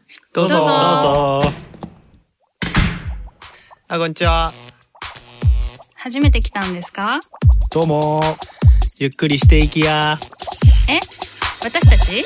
どうぞ。あ、こんにちは。 初めて来たんですか？ どうも。ゆっくりしていきや。 私たち？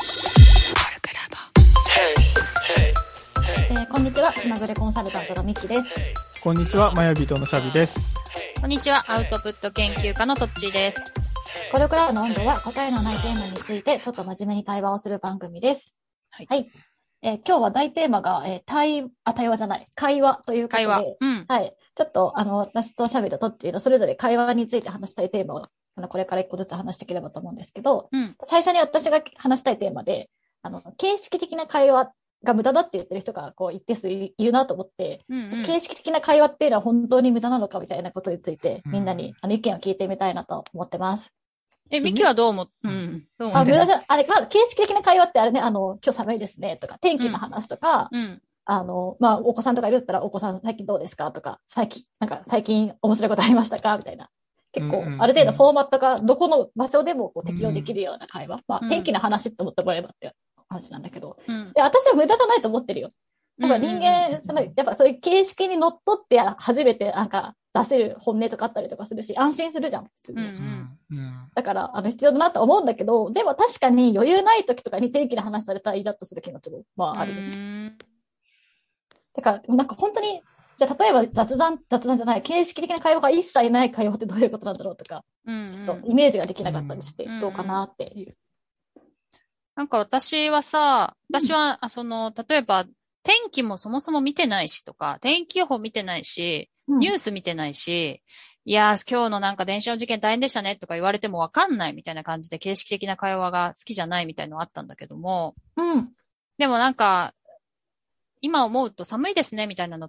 こんにちは、気まぐれコンサルタントのミッキーです。 こんにちは、マヤビトのシャビです。 こんにちは、アウトプット研究家のトッチーです。 コルクラブの温度は答えのないテーマについてちょっと真面目に対話をする番組です。はい。今日は大テーマが、会話ということで、はい。ちょっと、私とシャビとトッチーのそれぞれ会話について話したいテーマを、これから一個ずつ話していければと思うんですけど、最初に私が話したいテーマで、形式的な会話が無駄だって言ってる人がこう一定数いるなと思って、形式的な会話っていうのは本当に無駄なのかみたいなことについて、みんなに意見を聞いてみたいなと思ってます。 ミキはどう思って、 無駄じゃ、まあ、形式的な会話ってあれね、今日寒いですねとか、天気の話とか、まあ、お子さんとかいるったら、お子さん最近どうですかとか、最近面白いことありましたかみたいな。結構、ある程度フォーマットがどこの場所でもこう適用できるような会話。まあ、天気の話って思ってもらえばって話なんだけど。で、私は無駄じゃないと思ってるよ。やっぱ人間、やっぱそういう形式にのっとって初めて出せる本音とかあったりとかするし、安心するじゃん、普通に。だから、必要だなと思うんだけど、でも確かに余裕ない時とかに天気の話されたらイラッとする気持ちも、まあ、あるよね。だから、本当に、じゃあ例えば雑談じゃない、形式的な会話が一切ない会話ってどういうことなんだろうとか、ちょっとイメージができなかったりして、どうかなっていう。 私は、例えば、天気もそもそも見てないしとか、天気予報見てないし、ニュース見てないし、いやー、今日の電車の事件大変でしたねとか言われてもわかんないみたいな感じで形式的な会話が好きじゃないみたいなのがあったんだけども、でも今思うと寒いですねみたいなのって、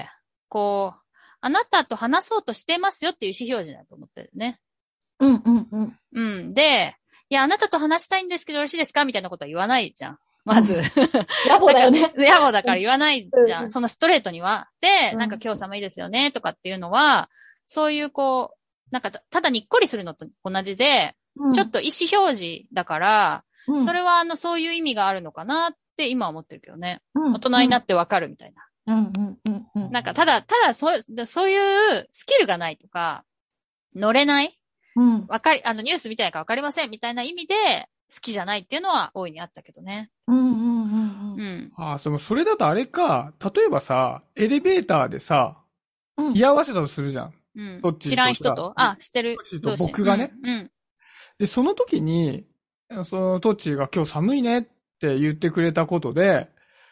こう、あなたと話そうとしてますよっていう意思表示だと思ってるね。で、いや、あなたと話したいんですけどよろしいですかみたいなことは言わないじゃん。まず。 野暮だよね。 野暮だから言わないじゃん。そのストレートには。で、今日寒いですよねとかっていうのは、そういうただにっこりするのと同じで、ちょっと意思表示だから、それはそういう意味があるのかなって今は思ってるけどね。大人になってわかるみたいな。ただそういうスキルがないとか、乗れない、ニュースみたいかわかりませんみたいな意味で、好きじゃないっていうのは大いにあったけどね。 それだとあれか、例えばさ、エレベーターでさ、居合わせたとするじゃん。 知らん人と知ってる同士と僕がね。で、その時に、そのトッチーが今日寒いねって言ってくれたことで、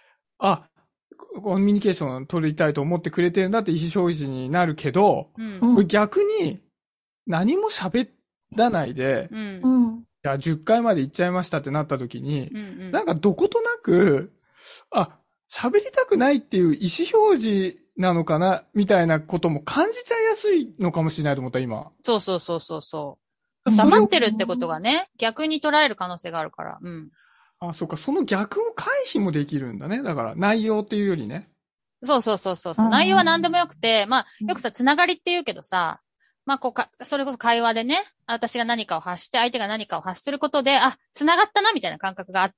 コミュニケーションを取りたいと思ってくれてるんだって意思表示になるけど、これ逆に何も喋らないで、いや、10回まで行っちゃいましたってなった時に、どことなく、喋りたくないっていう意思表示なのかな、みたいなことも感じちゃいやすいのかもしれないと思った、今。 そう。黙ってるってことがね、逆に捉える可能性があるから。 そうか、その逆を回避もできるんだね。だから、内容っていうよりね。 そう。内容は何でもよくて、よくさ、つながりって言うけどさ、それこそ会話でね、私が何かを発して、相手が何かを発することで、繋がったな、みたいな感覚があって、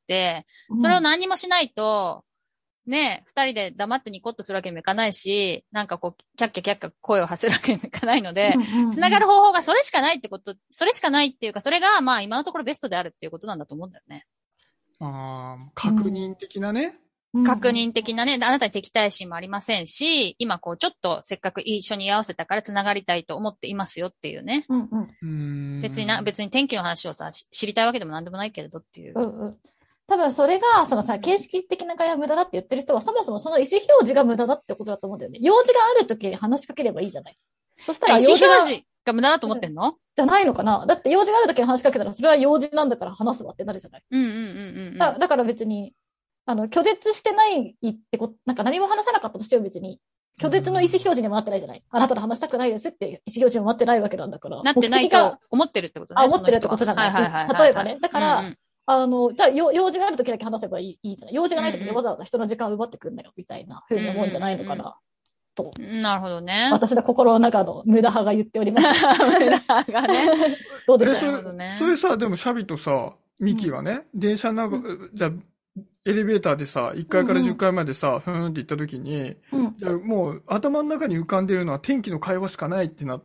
それを何もしないと、ね、二人で黙ってニコッとするわけにもいかないし、キャッキャ声を発するわけにもいかないので、繋がる方法がそれしかないっていうか、それが今のところベストであるっていうことなんだと思うんだよね。 確認的なね。 確認的なね、あなたに敵対心もありませんし、今ちょっとせっかく一緒に居合わせたから繋がりたいと思っていますよっていうね。別に天気の話をさ、知りたいわけでもなんでもないけれどっていう。 多分それが、形式的な会話無駄だって言ってる人は、そもそもその意思表示が無駄だってことだと思うんだよね。用事があるときに話しかければいいじゃない。そしたら意思表示が無駄だと思ってんの？ じゃないのかな。だって用事があるときに話しかけたら、それは用事なんだから話すわってなるじゃない。だから別に、拒絶してないって何も話さなかったとしても別に、拒絶の意思表示にもなってないじゃない。あなたと話したくないですって意思表示にもなってないわけなんだから。 なってないと思ってるってことね。 思ってるってことじゃない。例えばね。だから、じゃあ、用事があるときだけ話せばいいじゃない。用事がないときにわざわざ人の時間を奪ってくんなよ、みたいなふうに思うんじゃないのかな。と。 なるほどね。 私の心の中の無駄派が言っております。 無駄派がね。 どうでしょう。 それさ、でもシャビとさ、ミキはね、電車の中、じゃエレベーターでさ、1階から10階までさ、ふーんって行った時に、じゃあもう頭の中に浮かんでるのは天気の会話しかないってなって、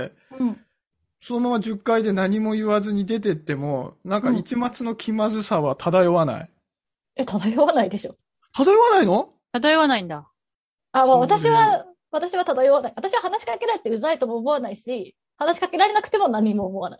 そのまま10階で何も言わずに出てっても、なんか一抹の気まずさは漂わない。 漂わないでしょ。 漂わないの？ 漂わないんだ。 私は漂わない。私は話しかけられてうざいとも思わないし、話しかけられなくても何も思わない。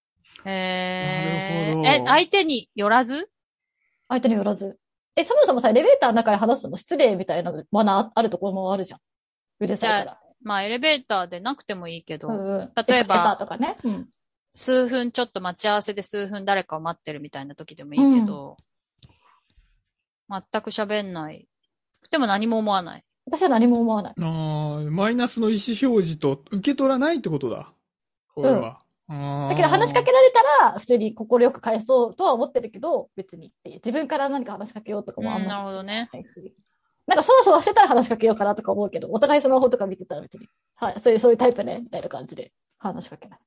なるほど。 相手によらず？ 相手によらず。そもそもさ、エレベーターの中で話すの失礼みたいなマナーあるところもあるじゃん。うるさいから。 まあ、エレベーターでなくてもいいけど、 例えば、とかね、 数分ちょっと待ち合わせで数分誰かを待ってるみたいな時でもいいけど、全く喋んない。でも何も思わない。 私は何も思わない。 マイナスの意思表示と受け取らないってことだ。これは。 だけど話しかけられたら、普通に心よく返そうとは思ってるけど、別にって自分から何か話しかけようとかもあんまりないし。 なるほどね。 なんかそわそわしてたら話しかけようかなとか思うけど、お互いスマホとか見てたら別に、はい、そういうタイプね、みたいな感じで話しかけない。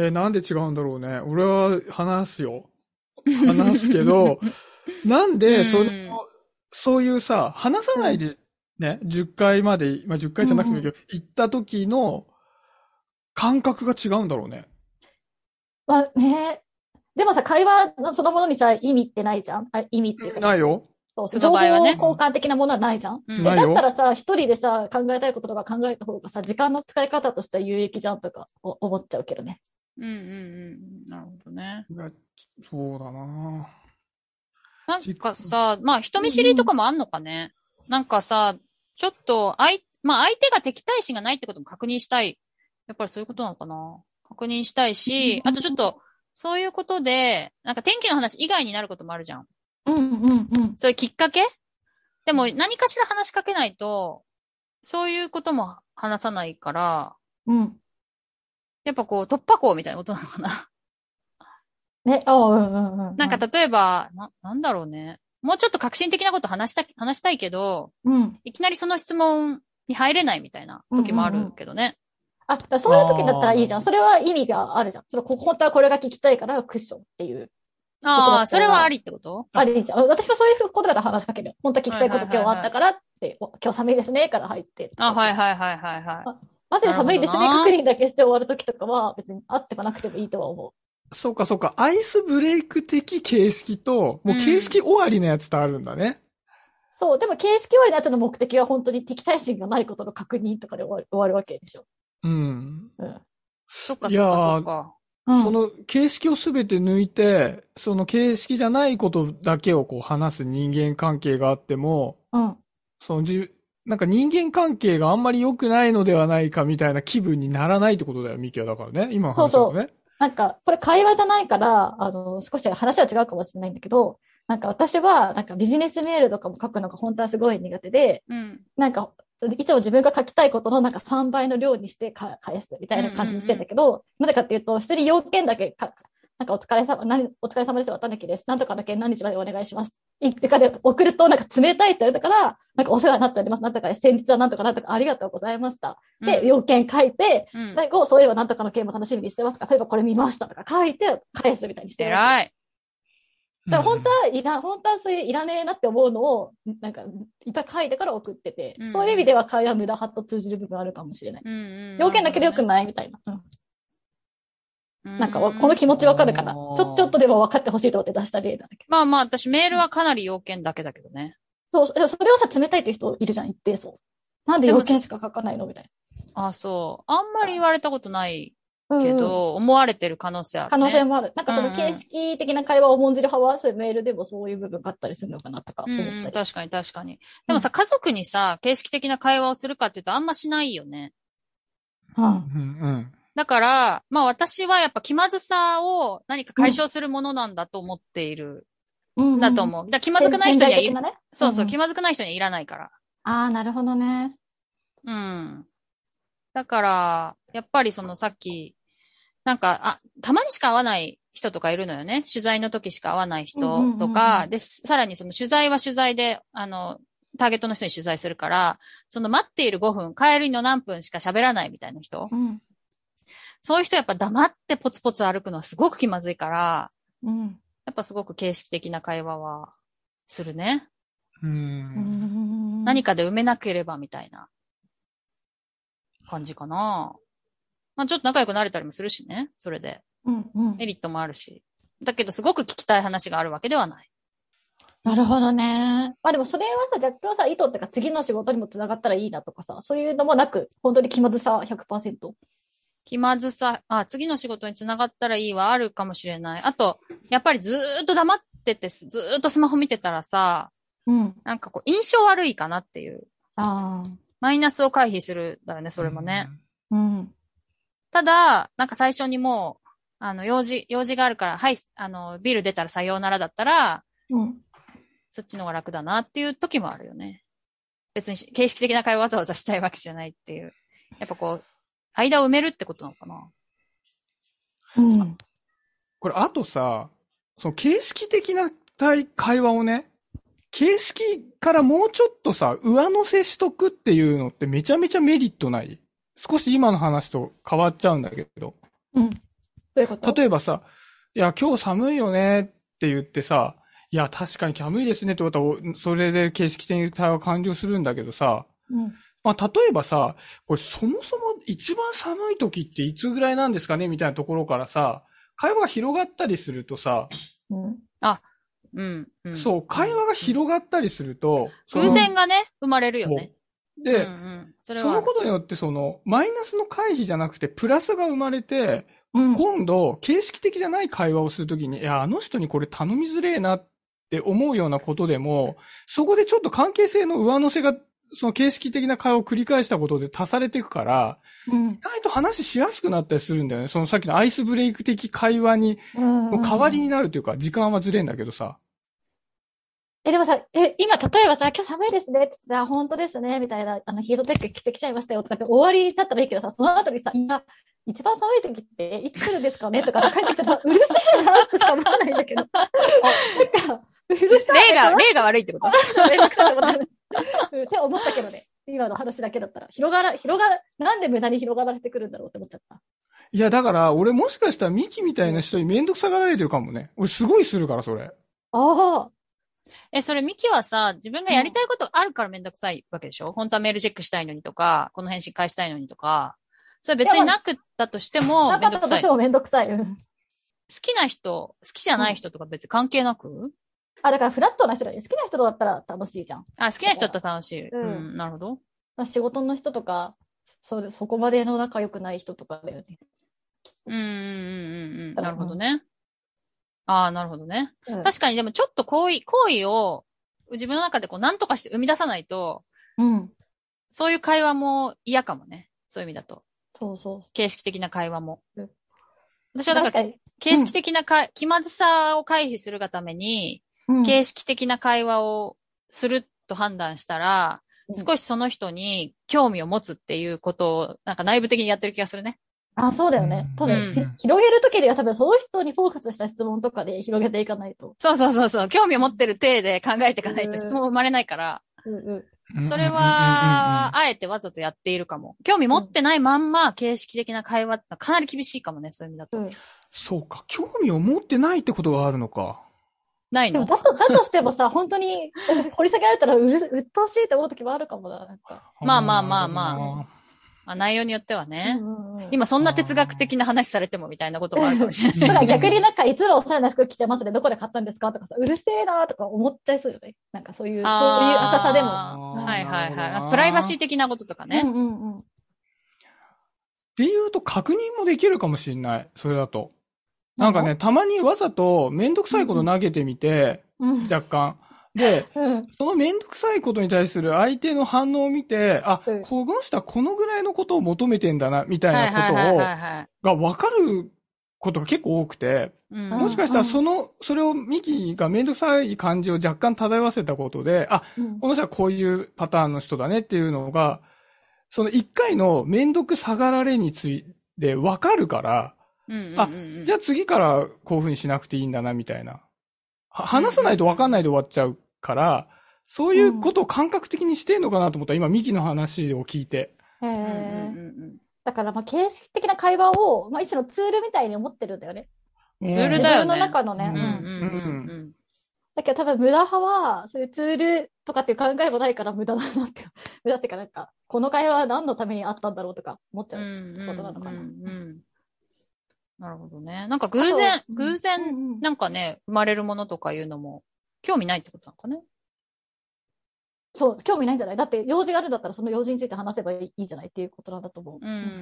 なんで違うんだろうね。俺は話すよ。話すけど、なんで、そういうさ、話さないでね、10回まで、まあ、10回じゃなくてもいいけど、行った時の感覚が違うんだろうね。 まあね。でもさ、会話そのものにさ、意味ってないじゃん？意味っていうか。 ないよ。 そう、情報交換的なものはないじゃん。 ないよ。 だったらさ、一人でさ、考えたいこととか考えた方がさ、時間の使い方としては有益じゃんとか思っちゃうけどね。 なるほどね。 そうだな。 なんかさ、まあ人見知りとかもあんのかね。なんかさ、ちょっと相手が敵対心がないってことも確認したい。やっぱりそういうことなのかな。確認したいし、あとちょっと、そういうことで、なんか天気の話以外になることもあるじゃん。そういうきっかけ？でも何かしら話しかけないと、そういうことも話さないから、やっぱこう突破口みたいなことなのかな。 ね、 なんか例えば、なんだろうね。もうちょっと革新的なこと話したいけど、いきなりその質問に入れないみたいな時もあるけどね。 そういう時だったらいいじゃん。それは意味があるじゃん。本当はこれが聞きたいからクッションっていう。 それはありってこと？ ありじゃん。私もそういうことだったら話しかけるよ。本当は聞きたいこと今日あったからって、今日寒いですねから入って。まず寒いですね確認だけして終わる時とかは別にあってもなくてもいいとは思う。 そうかそうか。アイスブレイク的形式と、もう形式終わりのやつとあるんだね。 そう。でも形式終わりのやつの目的は本当に敵対心がないことの確認とかで終わるわけでしょ。 そっか。 その形式をすべて抜いて、その形式じゃないことだけをこう話す人間関係があっても、なんか人間関係があんまり良くないのではないかみたいな気分にならないってことだよ、ミキはだからね。今の話だとね。そう。 なんか、これ会話じゃないから、少し話は違うかもしれないんだけど、なんか私は、なんかビジネスメールとかも書くのが本当はすごい苦手で、なんか、いつも自分が書きたいことのなんか3倍の量にして返すみたいな感じにしてんだけど、なぜかっていうと、一人要件だけなんかお疲れ様です。綿貫です。なんとかの件何日までお願いします。ってかで送るとなんか冷たいって言われたから、なんかお世話になっております。なんとかです。先日はなんとかなんとかありがとうございました。で、要件書いて、最後、そういえばなんとかの件も楽しみにしてますか。そういえばこれ見ましたとか書いて返すみたいにしてる。 偉い。 だから本当はそういういらねえなって思うのを、なんか、いっぱい書いてから送ってて、そういう意味では会話無駄派と通じる部分あるかもしれない。要件だけでよくないみたいな。なんか、この気持ちわかるかな。ちょっとでも分かってほしいと思って出した例なんだけど。まあ、私メールはかなり要件だけだけどね。 そう、それをさ、冷たいっていう人いるじゃん、一定層。なんで要件しか書かないのみたいな。そう。あんまり言われたことないけど、思われてる可能性ある、ね。 可能性もある。なんかその形式的な会話を重んじる派は、そういうメールでもそういう部分があったりするのかなとか思ったり。 確かに。でもさ、家族にさ、形式的な会話をするかっていうとあんましないよね。だから、まあ私はやっぱ気まずさを何か解消するものなんだと思っている。だと思う。だから気まずくない人にはいる。そう、気まずくない人にはいらないから。 なるほどね。 だから、やっぱりそのさっき、なんか、たまにしか会わない人とかいるのよね。取材の時しか会わない人とか、で、さらにその取材は取材で、ターゲットの人に取材するから、その待っている5分、帰りの何分しか喋らないみたいな人。そういう人やっぱ黙ってポツポツ歩くのはすごく気まずいから、やっぱすごく形式的な会話はするね。 何何かで埋めなければみたいな感じかな。まあちょっと仲良くなれたりもするしね。それで。メリットもあるし。だけどすごく聞きたい話があるわけではない。 なるほどね。まあでもそれはさ、若干さ、意図ってか次の仕事にもつながったらいいなとかさ、そういうのもなく、本当に気まずさ 100%。 気まずさ、次の仕事につながったらいいはあるかもしれない。あと、やっぱりずーっと黙ってて、ずーっとスマホ見てたらさ、なんかこう、印象悪いかなっていう。マイナスを回避するだよね、それもね。ただ、なんか最初にもう、用事があるから、はい、ビル出たらさようならだったら、そっちの方が楽だなっていう時もあるよね。別に形式的な会話わざわざしたいわけじゃないっていう。やっぱこう、間を埋めるってことなのかな。 これ、あとさ、その形式的な会話をね、形式からもうちょっとさ、上乗せしとくっていうのってめちゃめちゃメリットない？少し今の話と変わっちゃうんだけど。 どういうこと？ 例えばさ、いや、今日寒いよねって言ってさ、いや、確かに寒いですねってことは、それで形式的に対話完了するんだけどさ、まあ、例えばさ、これそもそも一番寒い時っていつぐらいなんですかねみたいなところからさ、会話が広がったりするとさ、そう、会話が広がったりすると、 偶然がね、生まれるよね。 で、そのことによってマイナスの回避じゃなくて、プラスが生まれて、今度、形式的じゃない会話をするときに、いや、あの人にこれ頼みづれえなって思うようなことでも、そこでちょっと関係性の上乗せが、その形式的な会話を繰り返したことで足されていくから、意外と話しやすくなったりするんだよね。そのさっきのアイスブレイク的会話に、代わりになるというか、時間はずれんだけどさ。 でもさ、今、例えばさ、今日寒いですねってさ、本当ですね、みたいな、ヒートテック着てきちゃいましたよとかって終わりだったらいいけどさ、その後にさ、いや、一番寒い時っていつ来るんですかねとか帰ってきてさ、うるせえなってしか思わないんだけど。なんか、うるさい。 例が悪いってことって思ったけどね。今の話だけだったら。なんで無駄に広がらせてくるんだろうって思っちゃった。 いや、だから、俺もしかしたらミキみたいな人にめんどくさがられてるかもね。俺すごいするから、それ。 それミキはさ、自分がやりたいことあるからめんどくさいわけでしょ？本当はメールチェックしたいのにとか、この返信返したいのにとか。それ別になくったとしてもめんどくさい。なかったとしてもめんどくさい。 好きな人、好きじゃない人とか別に関係なく？ だからフラットな人だよ。好きな人だったら楽しいじゃん。 好きな人だったら楽しい。なるほど。 仕事の人とか、そこまでの仲良くない人とかだよね。 なるほどね。なるほどね。確かにでもちょっと行為を自分の中でこう何とかして生み出さないと、そういう会話も嫌かもね。そういう意味だと。形式的な会話も。私はだから、形式的な気まずさを回避するがために、形式的な会話をすると判断したら、少しその人に興味を持つっていうことを、なんか内部的にやってる気がするね。 そうだよね。広げるときには多分その人にフォーカスした質問とかで広げていかないと。 そう。興味を持ってる体で考えていかないと質問生まれないから。それは、あえてわざとやっているかも。興味持ってないまんま形式的な会話ってかなり厳しいかもね、そういう意味だと。 そうか。興味を持ってないってことがあるのか。 ないの？ だとしてもさ、本当に掘り下げられたらうっとうしいって思う時もあるかもな。なんかまあ。内容によってはね。今そんな哲学的な話されてもみたいなこともあるかもしれない。 だから逆になんかいつもおしゃれな服着てますね。どこで買ったんですかとかさ、うるせえなとか思っちゃいそうじゃない？なんかそういう浅さでも。 はい。プライバシー的なこととかね。 っていうと確認もできるかもしれない。それだと。なんかね、たまにわざとめんどくさいこと投げてみて、若干。で、そのめんどくさいことに対する相手の反応を見て、この人はこのぐらいのことを求めてんだな、みたいなことがわかることが結構多くて、もしかしたらそれをミキがめんどくさい感じを若干漂わせたことで、この人はこういうパターンの人だねっていうのが、その一回のめんどくさがられについてわかるから、じゃあ次からこういう風にしなくていいんだな、みたいな。話さないと分かんないで終わっちゃうから、そういうことを感覚的にしてんのかなと思ったら、今、ミキの話を聞いて。 だから、形式的な会話を、一種のツールみたいに思ってるんだよね。 ツールだよね。 自分の中のね。 だけど多分無駄派は、そういうツールとかっていう考えもないから無駄だなって、無駄っていうかなんか、この会話は何のためにあったんだろうとか思っちゃうことなのかな。 なるほどね。なんか偶然、なんかね、生まれるものとかいうのも、興味ないってことなのかね。 そう、興味ないんじゃない？だって用事があるんだったらその用事について話せばいいじゃないっていうことなんだと思う。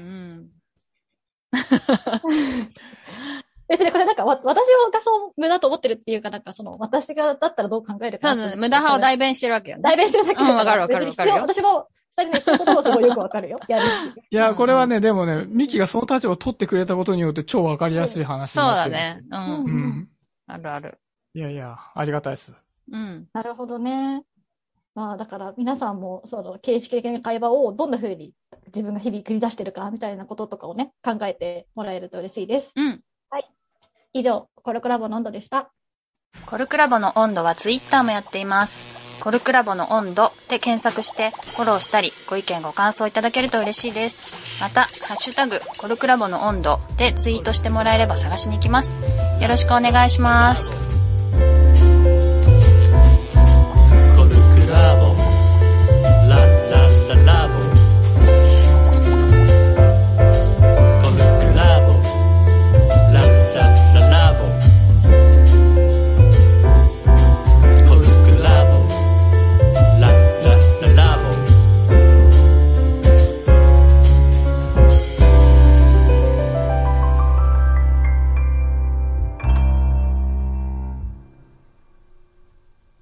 別にこれなんか私がそう無駄と思ってるっていうかなんかその私がだったらどう考えるか。 そう、無駄派を代弁してるわけよね。 代弁してるだけだから。 わかるわかるわかるよ。 私も二人の言ってることもすごいよくわかるよ。 いや、これはね、でもね、ミキがその立場を取ってくれたことによって超わかりやすい話になってる。 そうだね。あるある。 いやいや、ありがたいです。 なるほどね。まあだから皆さんもその形式的な会話をどんな風に自分が日々繰り出してるかみたいなこととかをね、考えてもらえると嬉しいです。はい。以上、コルクラボの温度でした。 コルクラボの温度はツイッターもやっています。コルクラボの温度で検索してフォローしたりご意見ご感想いただけると嬉しいです。また、ハッシュタグコルクラボの温度でツイートしてもらえれば探しに行きます。よろしくお願いします。